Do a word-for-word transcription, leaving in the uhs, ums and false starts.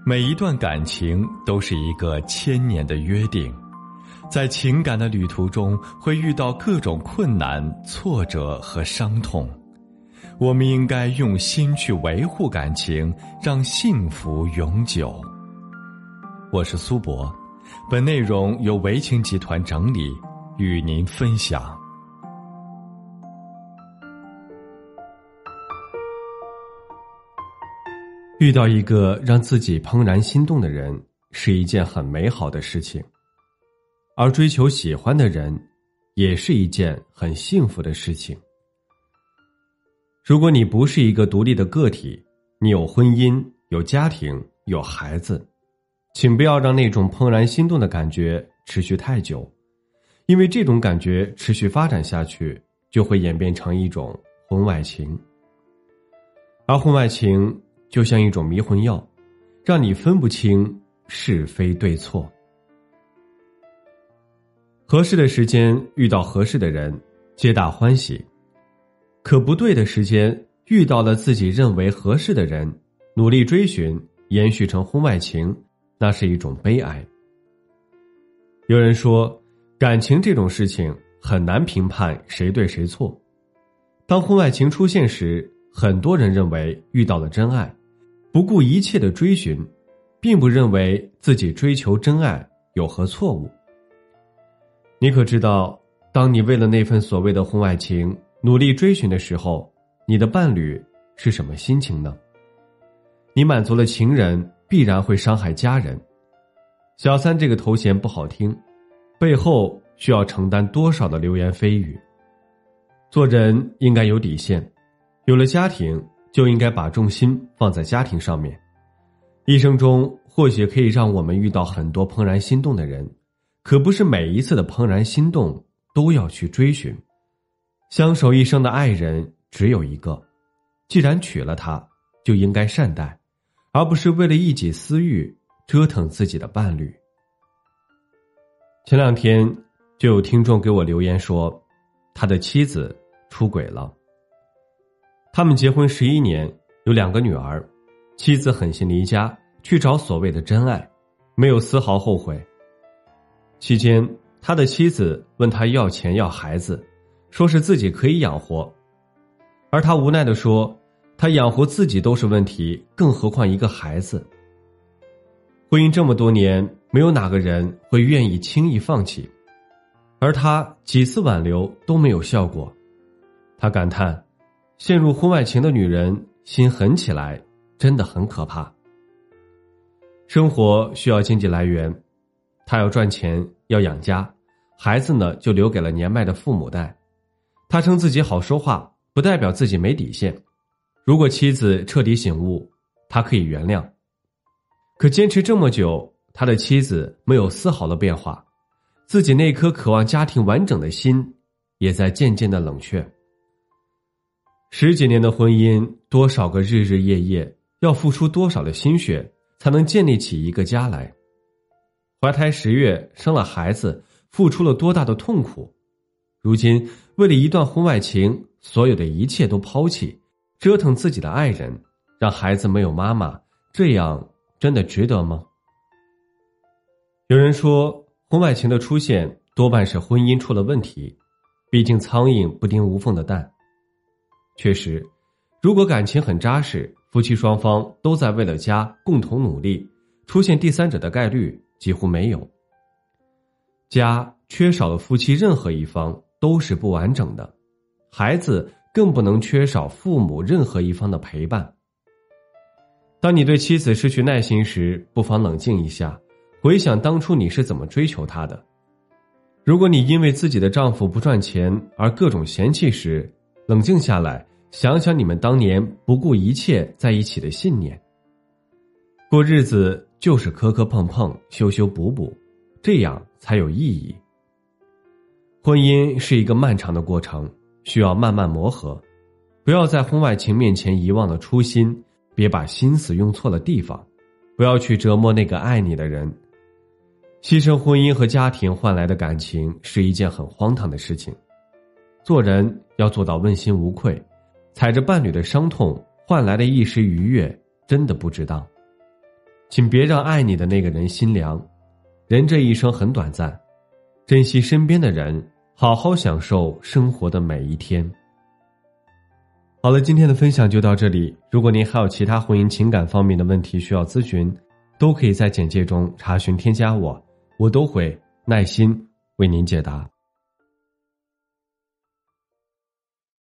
每一段感情都是一个千年的约定，在情感的旅途中会遇到各种困难、挫折和伤痛。我们应该用心去维护感情，让幸福永久。我是苏博，本内容由维情集团整理，与您分享。 遇到一个让自己怦然心动的人是一件很美好的事情，而追求喜欢的人也是一件很幸福的事情。如果你不是一个独立的个体，你有婚姻、有家庭、有孩子，请不要让那种怦然心动的感觉持续太久，因为这种感觉持续发展下去，就会演变成一种婚外情。而婚外情就像一种迷魂药，让你分不清是非对错。合适的时间遇到合适的人，皆大欢喜；可不对的时间遇到了自己认为合适的人，努力追寻，延续成婚外情，那是一种悲哀。有人说，感情这种事情很难评判谁对谁错。当婚外情出现时，很多人认为遇到了真爱，不顾一切的追寻，并不认为自己追求真爱有何错误。你可知道，当你为了那份所谓的婚外情努力追寻的时候，你的伴侣是什么心情呢？你满足了情人，必然会伤害家人。小三这个头衔不好听，背后需要承担多少的流言蜚语。做人应该有底线，有了家庭就应该把重心放在家庭上面。一生中或许可以让我们遇到很多怦然心动的人，可不是每一次的怦然心动都要去追寻。相守一生的爱人只有一个，既然娶了他，就应该善待，而不是为了一己私欲折腾自己的伴侣。前两天就有听众给我留言说，他的妻子出轨了。他们结婚十一年，有两个女儿，妻子狠心离家去找所谓的真爱，没有丝毫后悔。期间，他的妻子问他要钱要孩子，说是自己可以养活，而他无奈地说，他养活自己都是问题，更何况一个孩子。婚姻这么多年，没有哪个人会愿意轻易放弃，而他几次挽留都没有效果。他感叹，陷入婚外情的女人心狠起来真的很可怕。生活需要经济来源，他要赚钱，要养家，孩子呢就留给了年迈的父母带。他称自己好说话，不代表自己没底线。如果妻子彻底醒悟，他可以原谅。可坚持这么久，他的妻子没有丝毫的变化，自己那颗渴望家庭完整的心也在渐渐的冷却。十几年的婚姻，多少个日日夜夜，要付出多少的心血，才能建立起一个家来。怀胎十月，生了孩子，付出了多大的痛苦。如今为了一段婚外情，所有的一切都抛弃，折腾自己的爱人，让孩子没有妈妈，这样真的值得吗？有人说，婚外情的出现多半是婚姻出了问题，毕竟苍蝇不叮无缝的蛋。确实，如果感情很扎实，夫妻双方都在为了家共同努力，出现第三者的概率几乎没有。家缺少了夫妻任何一方都是不完整的，孩子更不能缺少父母任何一方的陪伴。当你对妻子失去耐心时，不妨冷静一下，回想当初你是怎么追求她的。如果你因为自己的丈夫不赚钱而各种嫌弃时，冷静下来，想想你们当年不顾一切在一起的信念。过日子就是磕磕碰碰，修修补补，这样才有意义。婚姻是一个漫长的过程，需要慢慢磨合。不要在婚外情面前遗忘了初心，别把心思用错了地方，不要去折磨那个爱你的人。牺牲婚姻和家庭换来的感情是一件很荒唐的事情。做人要做到问心无愧，踩着伴侣的伤痛换来的一时愉悦，真的不值当。 请别让爱你的那个人心凉。人这一生很短暂，珍惜身边的人，好好享受生活的每一天。好了，今天的分享就到这里。如果您还有其他婚姻情感方面的问题需要咨询，都可以在简介中查询添加我，我都会耐心为您解答。